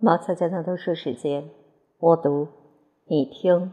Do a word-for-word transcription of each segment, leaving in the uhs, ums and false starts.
毛小姐的读书时间，我读你听。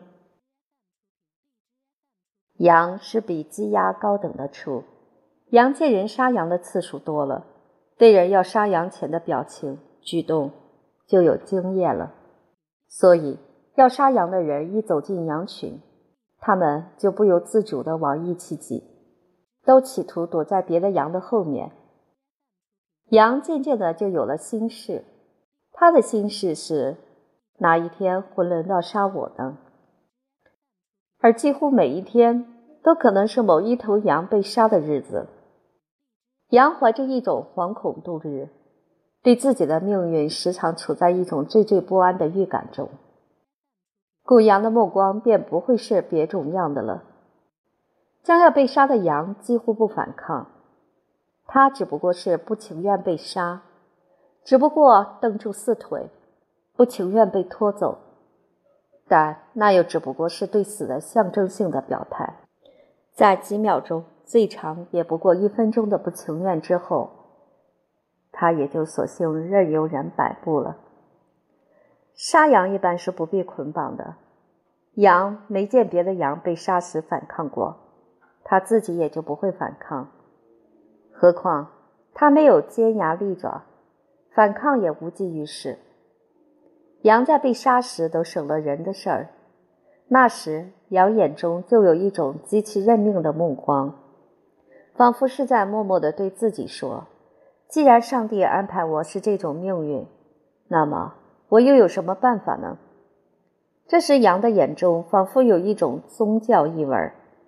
羊是比鸡鸭高等的畜，羊见人杀羊的次数多了，对人要杀羊前的表情举动就有经验了，所以要杀羊的人一走进羊群，他们就不由自主地往一起挤，都企图躲在别的羊的后面。羊渐渐的就有了心事，他的心事是哪一天会轮到杀我呢？而几乎每一天都可能是某一头羊被杀的日子。羊怀着一种惶恐度日，对自己的命运时常处在一种惴惴不安的预感中，故羊的目光便不会是别种样的了。将要被杀的羊几乎不反抗，它只不过是不情愿被杀，只不过蹬住四腿，不情愿被拖走，但那又只不过是对死的象征性的表态。在几秒钟，最长也不过一分钟的不情愿之后，他也就索性任由人摆布了。杀羊一般是不必捆绑的，羊没见别的羊被杀时反抗过，他自己也就不会反抗。何况他没有尖牙利爪，反抗也无济于事。羊在被杀时都省了人的事儿，那时羊眼中就有一种极其认命的目光，仿佛是在默默地对自己说，既然上帝安排我是这种命运，那么我又有什么办法呢？这时羊的眼中仿佛有一种宗教意味。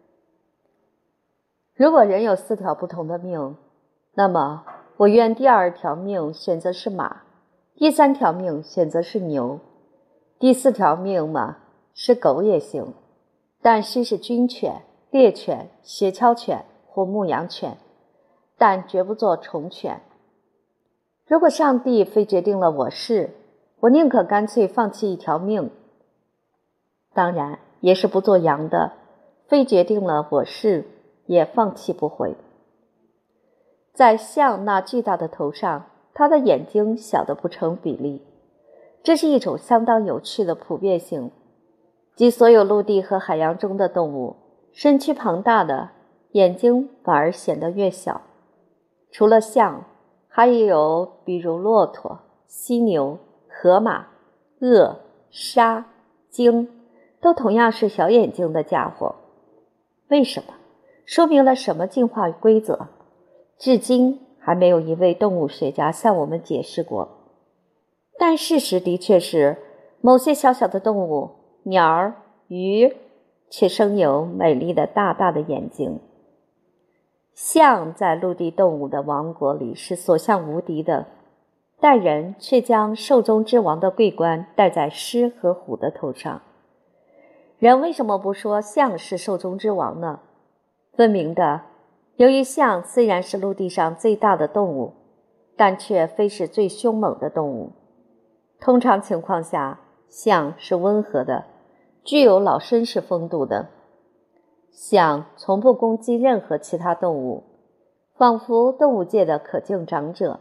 如果人有四条不同的命，那么我愿第二条命选择是马，第三条命选择是牛，第四条命嘛，是狗也行，但须是军犬、猎犬、雪橇犬或牧羊犬，但绝不做宠犬。如果上帝非决定了我是，我宁可干脆放弃一条命。当然也是不做羊的，非决定了我是，也放弃不回。在象那巨大的头上，他的眼睛小得不成比例，这是一种相当有趣的普遍性，即所有陆地和海洋中的动物，身躯庞大的眼睛反而显得越小。除了象，还有比如骆驼、犀牛、河马、鳄、鲨、鲸，都同样是小眼睛的家伙。为什么？说明了什么进化规则？至今还没有一位动物学家向我们解释过。但事实的确是，某些小小的动物，鸟儿、鱼，却生有美丽的大大的眼睛。象在陆地动物的王国里是所向无敌的，但人却将兽中之王的桂冠戴在狮和虎的头上。人为什么不说象是兽中之王呢？分明的，由于象虽然是陆地上最大的动物，但却非是最凶猛的动物。通常情况下，象是温和的，具有老绅士风度的。象从不攻击任何其他动物，仿佛动物界的可敬长者。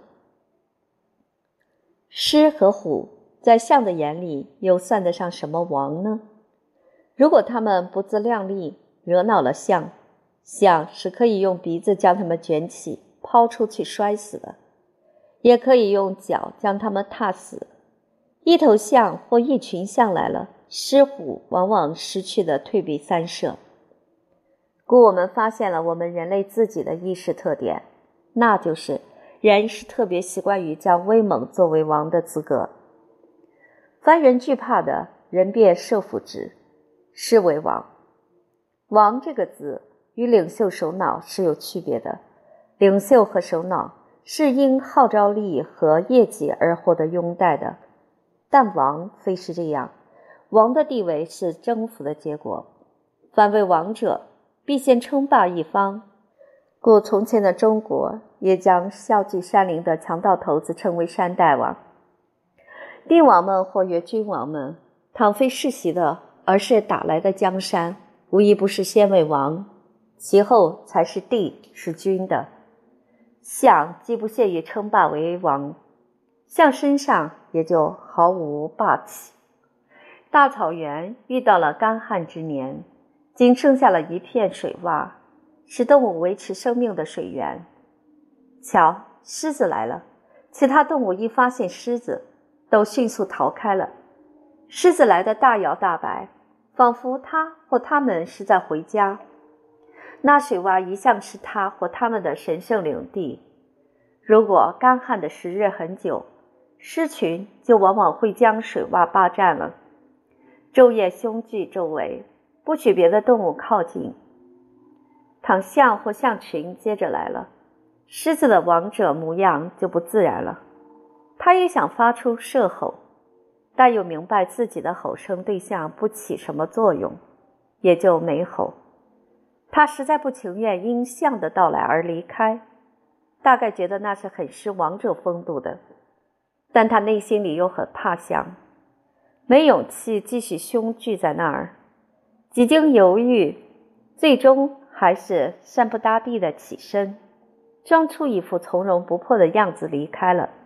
狮和虎在象的眼里又算得上什么王呢？如果他们不自量力，惹恼了象，象是可以用鼻子将它们卷起，抛出去摔死的，也可以用脚将它们踏死。一头象或一群象来了，狮虎往往失去的退避三舍。故我们发现了我们人类自己的意识特点，那就是人是特别习惯于将威猛作为王的资格。凡人惧怕的，人便慑服之，是为王。王这个字与领袖首脑是有区别的，领袖和首脑是因号召力和业绩而获得拥戴的，但王非是这样，王的地位是征服的结果，凡为王者必先称霸一方，故从前的中国也将笑聚山林的强盗头子称为山大王。帝王们或曰君王们，倘非世袭的，而是打来的江山，无一不是先为王，其后才是帝是君的。象既不屑于称霸为王， 象身上也就毫无霸气。大草原遇到了干旱之年，仅剩下了一片水洼，是动物维持生命的水源。瞧，狮子来了，其他动物一发现狮子，都迅速逃开了。狮子来得大摇大摆，仿佛它或它们是在回家。那水洼一向是它或它们的神圣领地。如果干旱的时日很久，狮群就往往会将水洼霸占了，昼夜凶踞周围，不许别的动物靠近。倘象或象群接着来了，狮子的王者模样就不自然了。他也想发出射吼，但又明白自己的吼声对象不起什么作用，也就没吼。他实在不情愿因象的到来而离开，大概觉得那是很失王者风度的，但他内心里又很怕象，没勇气继续凶踞在那儿。几经犹豫，最终还是山不搭地的起身，装出一副从容不迫的样子离开了。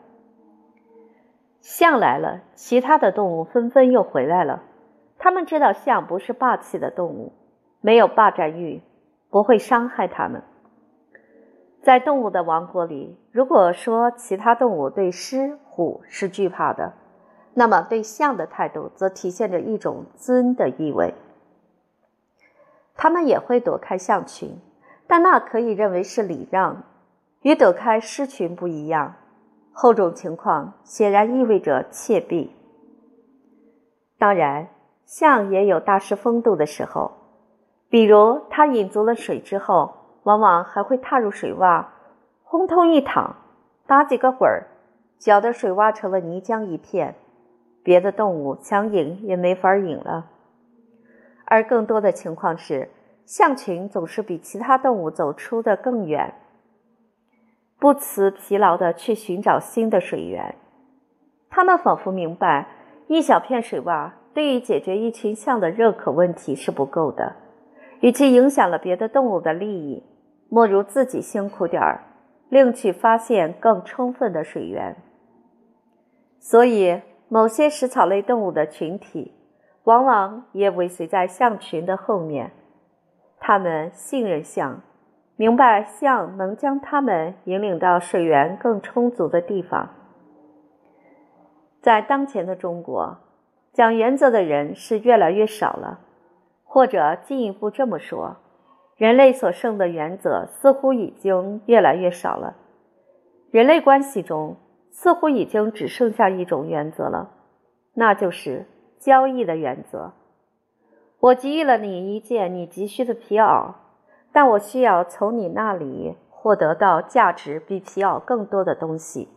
象来了，其他的动物纷纷又回来了。他们知道象不是霸气的动物，没有霸占欲，不会伤害它们。在动物的王国里，如果说其他动物对狮、虎是惧怕的，那么对象的态度则体现着一种尊的意味。他们也会躲开象群，但那可以认为是礼让，与躲开狮群不一样。后种情况显然意味着怯避。当然，象也有大失风度的时候，比如它饮足了水之后，往往还会踏入水洼，轰通一躺，打几个滚儿，搅得水洼成了泥浆一片，别的动物想饮也没法饮了。而更多的情况是，象群总是比其他动物走出得更远，不辞疲劳地去寻找新的水源。它们仿佛明白，一小片水洼对于解决一群象的热渴问题是不够的，与其影响了别的动物的利益，莫如自己辛苦点儿，另去发现更充分的水源。所以，某些食草类动物的群体往往也尾随在象群的后面，它们信任象，明白象能将它们引领到水源更充足的地方。在当前的中国，讲原则的人是越来越少了，或者进一步这么说，人类所剩的原则似乎已经越来越少了。人类关系中似乎已经只剩下一种原则了，那就是交易的原则。我给予了你一件你急需的皮袄，但我需要从你那里获得到价值比皮袄更多的东西。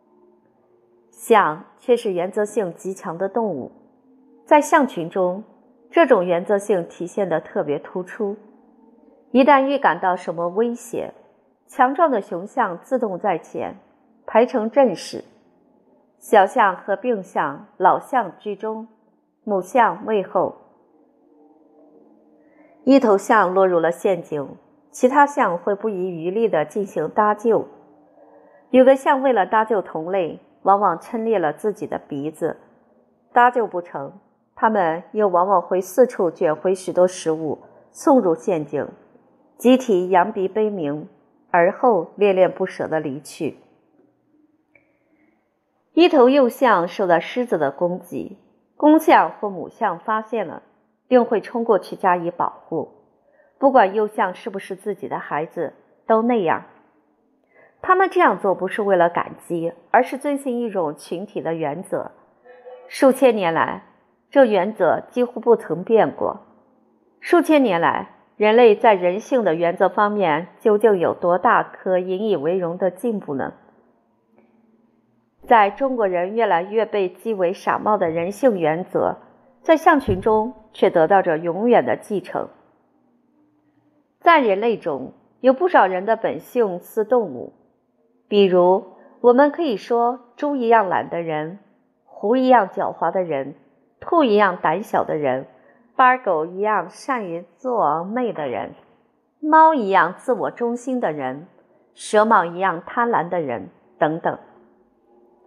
象却是原则性极强的动物，在象群中，这种原则性体现得特别突出。一旦预感到什么威胁，强壮的雄象自动在前，排成阵势，小象和病象、老象居中，母象位后。一头象落入了陷阱，其他象会不遗余力地进行搭救。有的象为了搭救同类，往往抻裂了自己的鼻子，搭救不成，它们又往往会四处卷回许多食物，送入陷阱，集体扬鼻悲鸣，而后恋恋不舍地离去。一头幼象受到狮子的攻击，公象或母象发现了，定会冲过去加以保护，不管幼象是不是自己的孩子，都那样。他们这样做不是为了感激，而是遵循一种群体的原则。数千年来，这原则几乎不曾变过。数千年来，人类在人性的原则方面究竟有多大可引以为荣的进步呢？在中国人越来越被讥为傻帽的人性原则，在象群中却得到着永远的继承。在人类中，有不少人的本性似动物，比如我们可以说猪一样懒的人，狐一样狡猾的人，兔一样胆小的人，巴狗一样善于作王媚的人，猫一样自我中心的人，蛇蟒一样贪婪的人等等。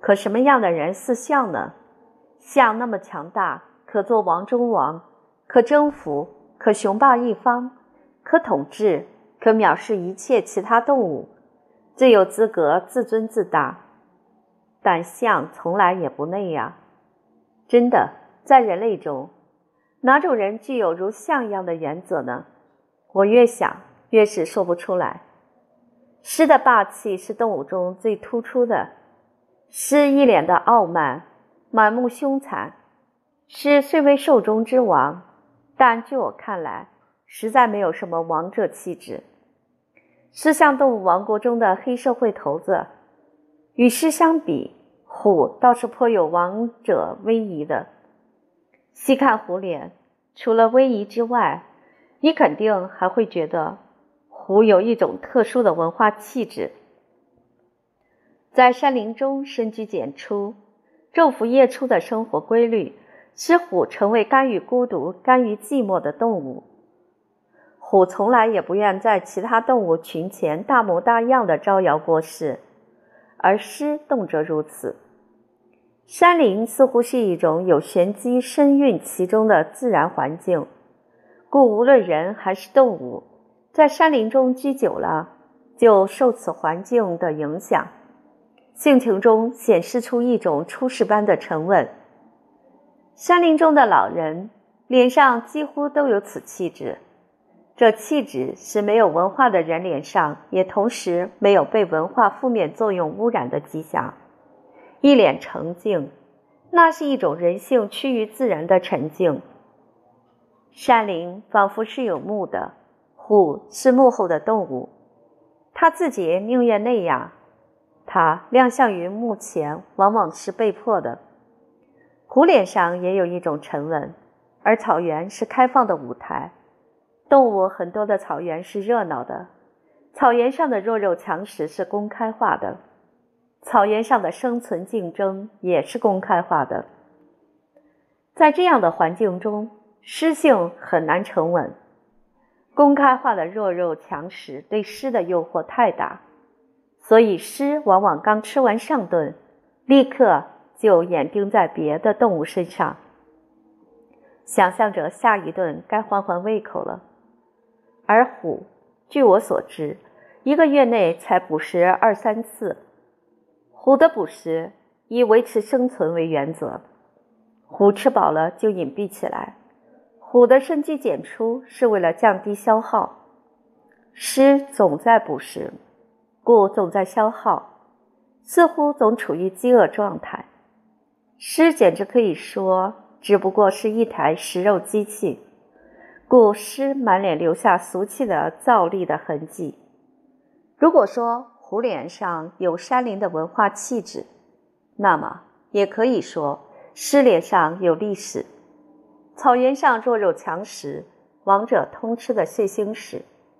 可什么样的人似象呢？象那么强大，可做王中王，可征服，可雄霸一方，可统治，可藐视一切其他动物，最有资格自尊自大。但象从来也不那样。真的，在人类中，哪种人具有如象一样的原则呢？我越想越是说不出来。狮的霸气是动物中最突出的。狮一脸的傲慢，满目凶残。狮虽为兽中之王，但据我看来，实在没有什么王者气质。狮像动物王国中的黑社会头子，与狮相比，虎倒是颇有王者威仪的。细看虎脸，除了威仪之外，你肯定还会觉得虎有一种特殊的文化气质。在山林中深居简出，昼伏夜出的生活规律，使虎成为甘于孤独、甘于寂寞的动物。虎从来也不愿在其他动物群前大模大样的招摇过市，而狮动辄如此。山林似乎是一种有玄机深蕴其中的自然环境，故无论人还是动物，在山林中居久了，就受此环境的影响，性情中显示出一种出世般的沉稳。山林中的老人脸上几乎都有此气质，这气质是没有文化的人脸上也同时没有被文化负面作用污染的迹象。一脸澄净，那是一种人性趋于自然的沉静。山林仿佛是有目的，虎是幕后的动物，他自己宁愿那样，他亮相于幕前往往是被迫的。虎脸上也有一种沉稳，而草原是开放的舞台，动物很多的草原是热闹的，草原上的弱肉强食是公开化的，草原上的生存竞争也是公开化的。在这样的环境中，狮性很难沉稳，公开化的弱肉强食对狮的诱惑太大，所以狮往往刚吃完上顿，立刻就眼盯在别的动物身上，想象着下一顿该换换胃口了。而虎，据我所知，一个月内才捕食二三次。虎的捕食以维持生存为原则，虎吃饱了就隐蔽起来，虎的深居简出是为了降低消耗。狮总在捕食，故总在消耗，似乎总处于饥饿状态。狮简直可以说只不过是一台食肉机器，故狮满脸留下俗气的造力的痕迹。如果说虎脸上有山林的文化气质，那么也可以说狮脸上有历史，草原上弱肉强食、王者通吃的血腥史。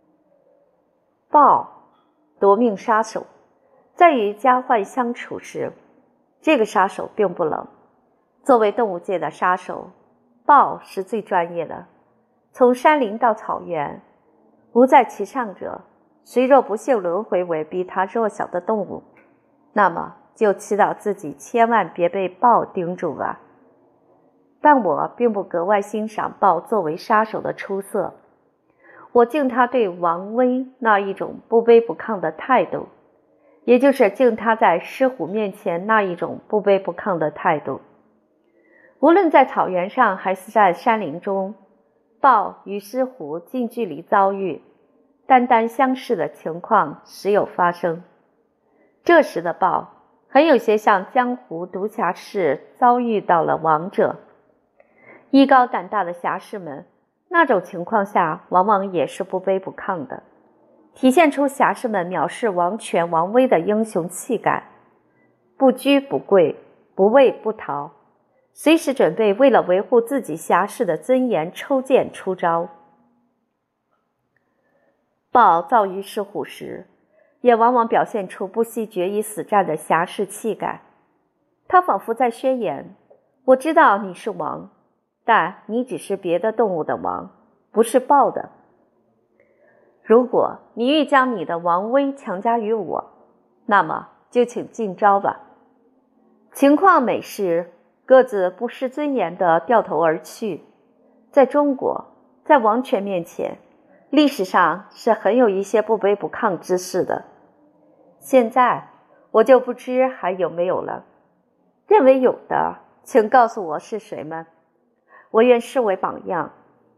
豹，夺命杀手，在与家患相处时，这个杀手并不冷。作为动物界的杀手，豹是最专业的。从山林到草原，无在其上者，谁若不幸轮回为比他弱小的动物，那么就祈祷自己千万别被豹盯住吧。但我并不格外欣赏豹作为杀手的出色，我敬他对王威那一种不卑不亢的态度，也就是敬他在狮虎面前那一种不卑不亢的态度。无论在草原上还是在山林中，豹与狮虎近距离遭遇，单单相视的情况时有发生。这时的豹很有些像江湖独侠士遭遇到了王者。艺高胆大的侠士们，那种情况下往往也是不卑不亢的，体现出侠士们藐视王权王威的英雄气概，不居不贵，不畏不逃，随时准备为了维护自己侠士的尊严抽剑出招。豹遭遇狮虎时，也往往表现出不惜决一死战的侠士气概。他仿佛在宣言，我知道你是王，但你只是别的动物的王，不是豹的。如果你欲将你的王威强加于我，那么就请进招吧。 情况每是各自不失尊严地掉头而去。在中国，在王权面前，历史上是很有一些不卑不亢之事的。现在我就不知还有没有了。认为有的，请告诉我是谁们，我愿视为榜样。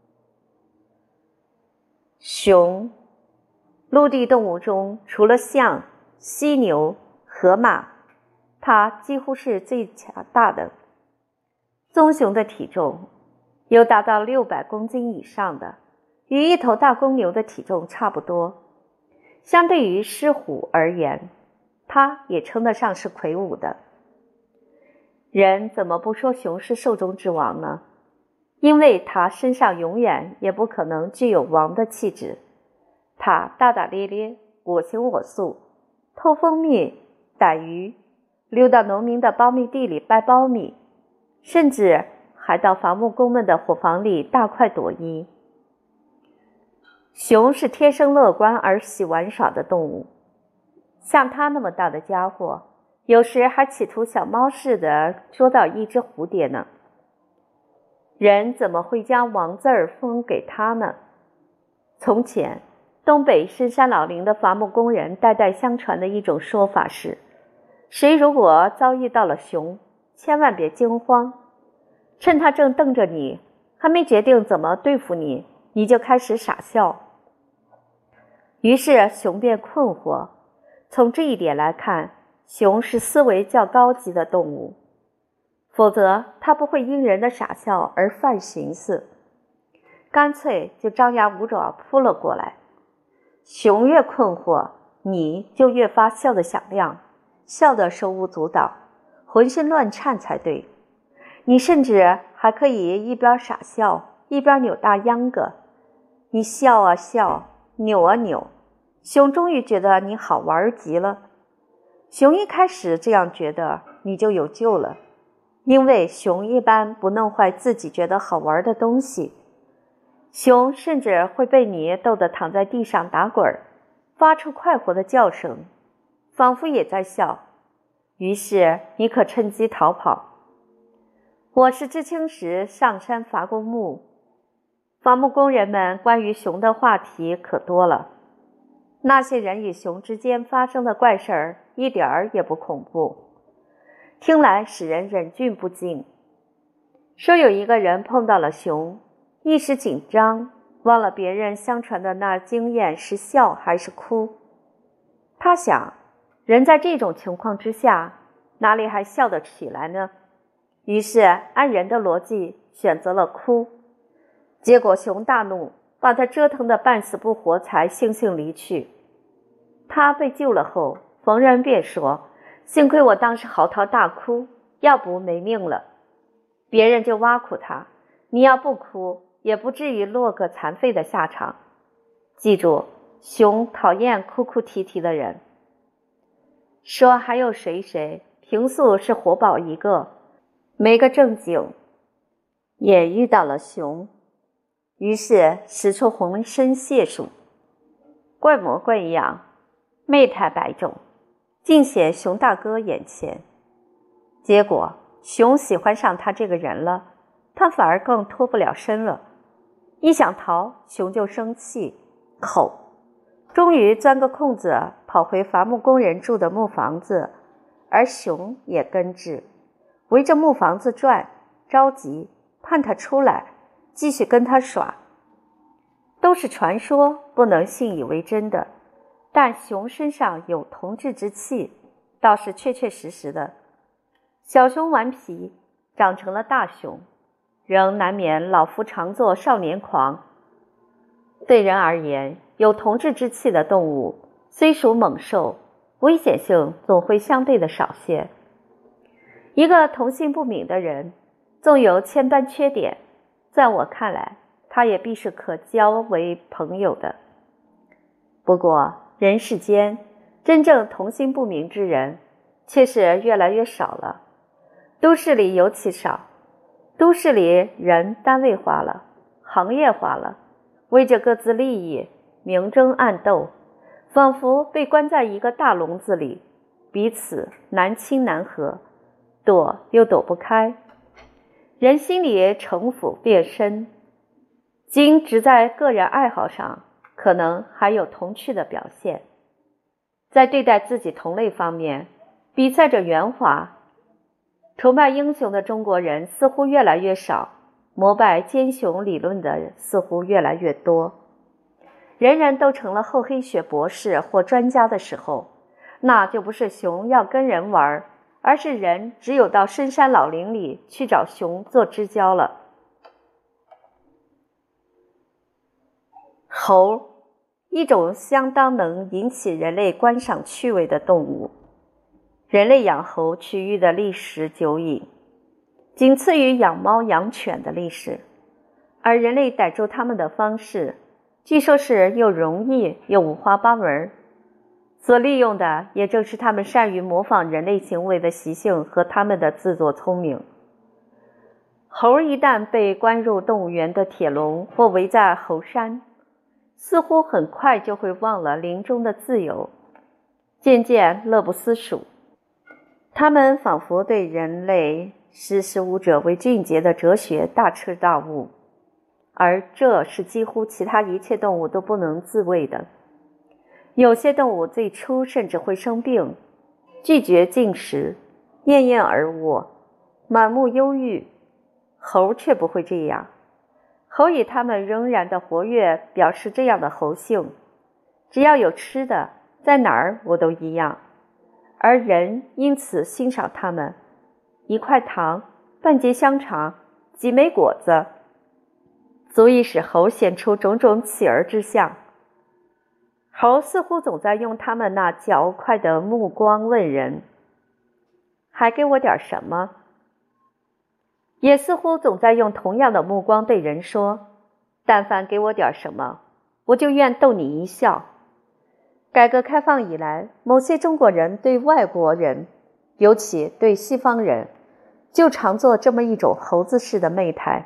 熊，陆地动物中除了象、犀牛、河马，它几乎是最强大的。棕熊的体重有达到六百公斤以上的，与一头大公牛的体重差不多。相对于狮虎而言，它也称得上是魁梧的。人怎么不说熊是兽中之王呢？因为它身上永远也不可能具有王的气质。它大大咧咧，我行我素，偷蜂蜜、逮鱼，溜到农民的苞米地里掰苞米，甚至还到伐木工们的伙房里大快朵颐。熊是天生乐观而喜玩耍的动物，像它那么大的家伙，有时还企图小猫似的捉到一只蝴蝶呢。人怎么会将王字儿封给他呢？从前，东北深山老林的伐木工人代代相传的一种说法是，谁如果遭遇到了熊，千万别惊慌，趁他正瞪着你，还没决定怎么对付你，你就开始傻笑。于是熊便困惑。从这一点来看，熊是思维较高级的动物，否则它不会因人的傻笑而犯寻思，干脆就张牙舞爪扑了过来。熊越困惑，你就越发笑得响亮，笑得手舞足蹈，浑身乱颤才对。你甚至还可以一边傻笑一边扭大秧歌，你笑啊笑，扭啊扭，熊终于觉得你好玩极了。熊一开始这样觉得，你就有救了，因为熊一般不弄坏自己觉得好玩的东西。熊甚至会被你逗得躺在地上打滚，发出快活的叫声，仿佛也在笑。于是你可趁机逃跑。我是知青时上山伐过木，伐木工人们关于熊的话题可多了。那些人与熊之间发生的怪事儿一点儿也不恐怖，听来使人忍俊不禁。说有一个人碰到了熊，一时紧张，忘了别人相传的那经验是笑还是哭。他想，人在这种情况之下，哪里还笑得起来呢？于是按人的逻辑选择了哭。结果熊大怒，把他折腾得半死不活，才悻悻离去。他被救了后，逢人便说，幸亏我当时嚎啕大哭，要不没命了。别人就挖苦他，你要不哭也不至于落个残废的下场。记住，熊讨厌哭哭啼啼的人。说还有谁谁平素是活宝一个，没个正经，也遇到了熊，于是使出浑身解数，怪模怪样，媚态百种，尽显熊大哥眼前。结果熊喜欢上他这个人了，他反而更脱不了身了。一想逃，熊就生气吼，终于钻个空子跑回伐木工人住的木房子，而熊也跟至，围着木房子转，着急盼他出来，继续跟他耍。都是传说，不能信以为真的，但熊身上有童稚之气，倒是确确实实的。小熊顽皮，长成了大熊，仍难免老夫常作少年狂。对人而言，有童稚之气的动物虽属猛兽，危险性总会相对的少些。一个童心不泯的人，纵有千般缺点，在我看来，他也必是可交为朋友的。不过人世间真正童心不泯之人却是越来越少了，都市里尤其少。都市里人单位化了，行业化了，为着各自利益明争暗斗，仿佛被关在一个大笼子里，彼此难亲难和， 躲又躲不开。人心里城府变深，仅只在个人爱好上，可能还有童趣的表现。在对待自己同类方面，比赛着圆滑。崇拜英雄的中国人似乎越来越少，膜拜奸雄理论的人似乎越来越多。人人都成了厚黑学博士或专家的时候，那就不是熊要跟人玩，而是人只有到深山老林里去找熊做知交了。猴，一种相当能引起人类观赏趣味的动物。人类养猴区域的历史久矣，仅次于养猫养犬的历史，而人类逮住它们的方式，据说是又容易又五花八门，所利用的也正是他们善于模仿人类行为的习性和他们的自作聪明。猴一旦被关入动物园的铁笼或围在猴山，似乎很快就会忘了林中的自由，渐渐乐不思蜀。他们仿佛对人类识时务者为俊杰的哲学大彻大悟，而这是几乎其他一切动物都不能自卫的。有些动物最初甚至会生病，拒绝进食，厌厌而卧，满目忧郁。猴却不会这样，猴以它们仍然的活跃表示这样的猴性，只要有吃的，在哪儿我都一样。而人因此欣赏它们，一块糖、半截香肠、几枚果子，足以使猴显出种种起儿之相。猴似乎总在用他们那较快的目光问人，还给我点什么？也似乎总在用同样的目光对人说，但凡给我点什么，我就愿逗你一笑。改革开放以来，某些中国人对外国人，尤其对西方人，就常做这么一种猴子式的媚态。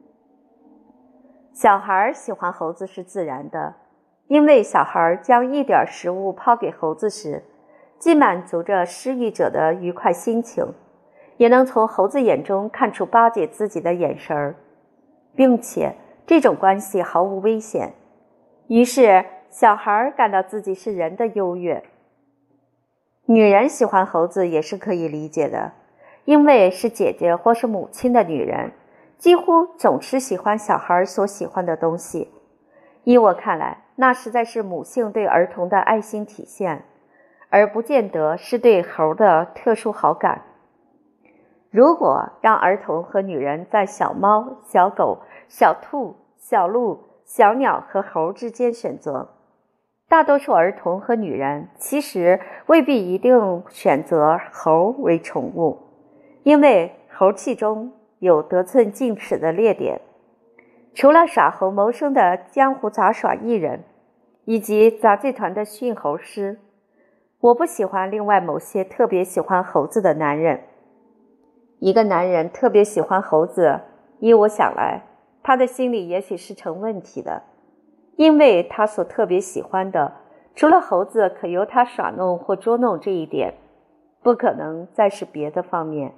小孩喜欢猴子是自然的，因为小孩将一点食物抛给猴子时，既满足着施予者的愉快心情，也能从猴子眼中看出巴结自己的眼神儿，并且这种关系毫无危险。于是小孩感到自己是人的优越。女人喜欢猴子也是可以理解的，因为是姐姐或是母亲的女人，几乎总是喜欢小孩所喜欢的东西。依我看来，那实在是母性对儿童的爱心体现，而不见得是对猴的特殊好感。如果让儿童和女人在小猫、小狗、小兔、小鹿、小鸟和猴之间选择，大多数儿童和女人其实未必一定选择猴为宠物，因为猴气中有得寸进尺的劣点。除了耍猴谋生的江湖杂耍艺人以及杂技团的驯猴师，我不喜欢另外某些特别喜欢猴子的男人。一个男人特别喜欢猴子，依我想来，他的心里也许是成问题的，因为他所特别喜欢的，除了猴子可由他耍弄或捉弄这一点，不可能再是别的方面。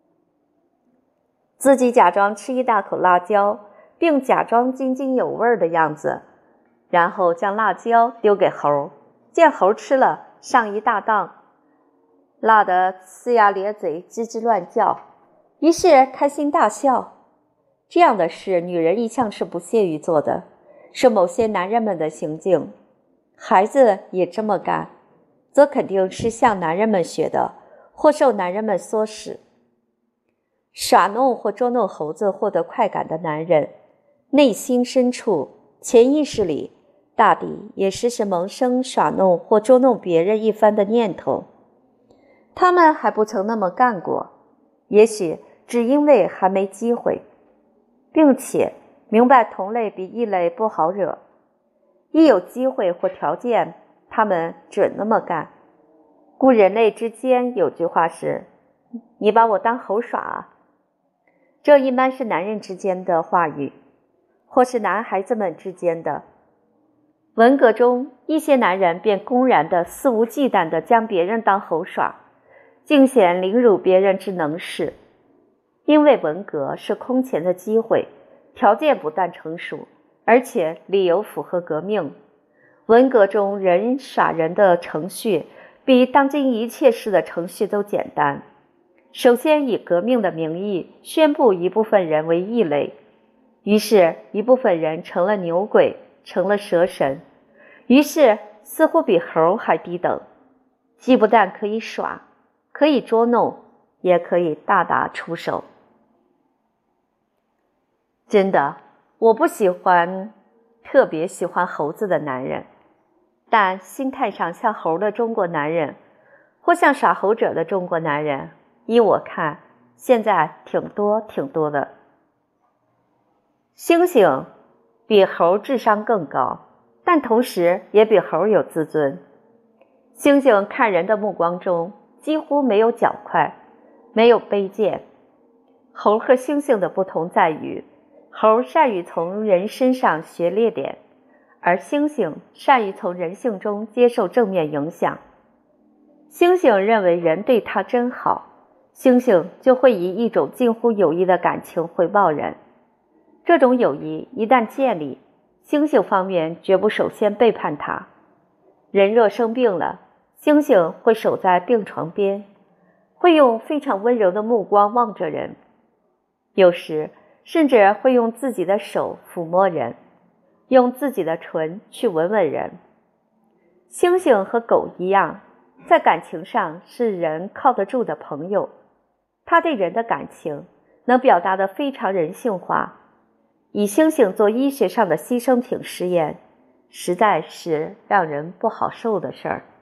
自己假装吃一大口辣椒，并假装津津有味的样子，然后将辣椒丢给猴，见猴吃了，上一大当，辣得呲牙咧嘴，吱吱乱叫，于是开心大笑。这样的事女人一向是不屑于做的，是某些男人们的行径。孩子也这么干，则肯定是向男人们学的，或受男人们唆使。耍弄或捉弄猴子获得快感的男人，内心深处潜意识里大抵也时时萌生耍弄或捉弄别人一番的念头。他们还不曾那么干过，也许只因为还没机会，并且明白同类比异类不好惹，一有机会或条件，他们准那么干。故人类之间有句话是，你把我当猴耍啊。这一般是男人之间的话语，或是男孩子们之间的。文革中，一些男人便公然的肆无忌惮地将别人当猴耍， 尽显凌辱别人之能事。因为文革是空前的机会，条件不但成熟，而且理由符合革命。文革中人耍人的程序比当今一切事的程序都简单。首先以革命的名义宣布一部分人为异类，于是一部分人成了牛鬼，成了蛇神，于是似乎比猴还低等，既不但可以耍，可以捉弄，也可以大打出手。真的，我不喜欢特别喜欢猴子的男人，但心态上像猴的中国男人，或像耍猴者的中国男人，依我看现在挺多挺多的。猩猩比猴智商更高，但同时也比猴有自尊。猩猩看人的目光中几乎没有较快，没有卑贱。猴和猩猩的不同在于，猴善于从人身上学劣点，而猩猩善于从人性中接受正面影响。猩猩认为人对他真好，猩猩就会以一种近乎友谊的感情回报人。这种友谊一旦建立，猩猩方面绝不首先背叛他。人若生病了，猩猩会守在病床边，会用非常温柔的目光望着人，有时甚至会用自己的手抚摸人，用自己的唇去吻吻人。猩猩和狗一样，在感情上是人靠得住的朋友，他对人的感情能表达得非常人性化。以猩猩做医学上的牺牲品实验，实在是让人不好受的事儿。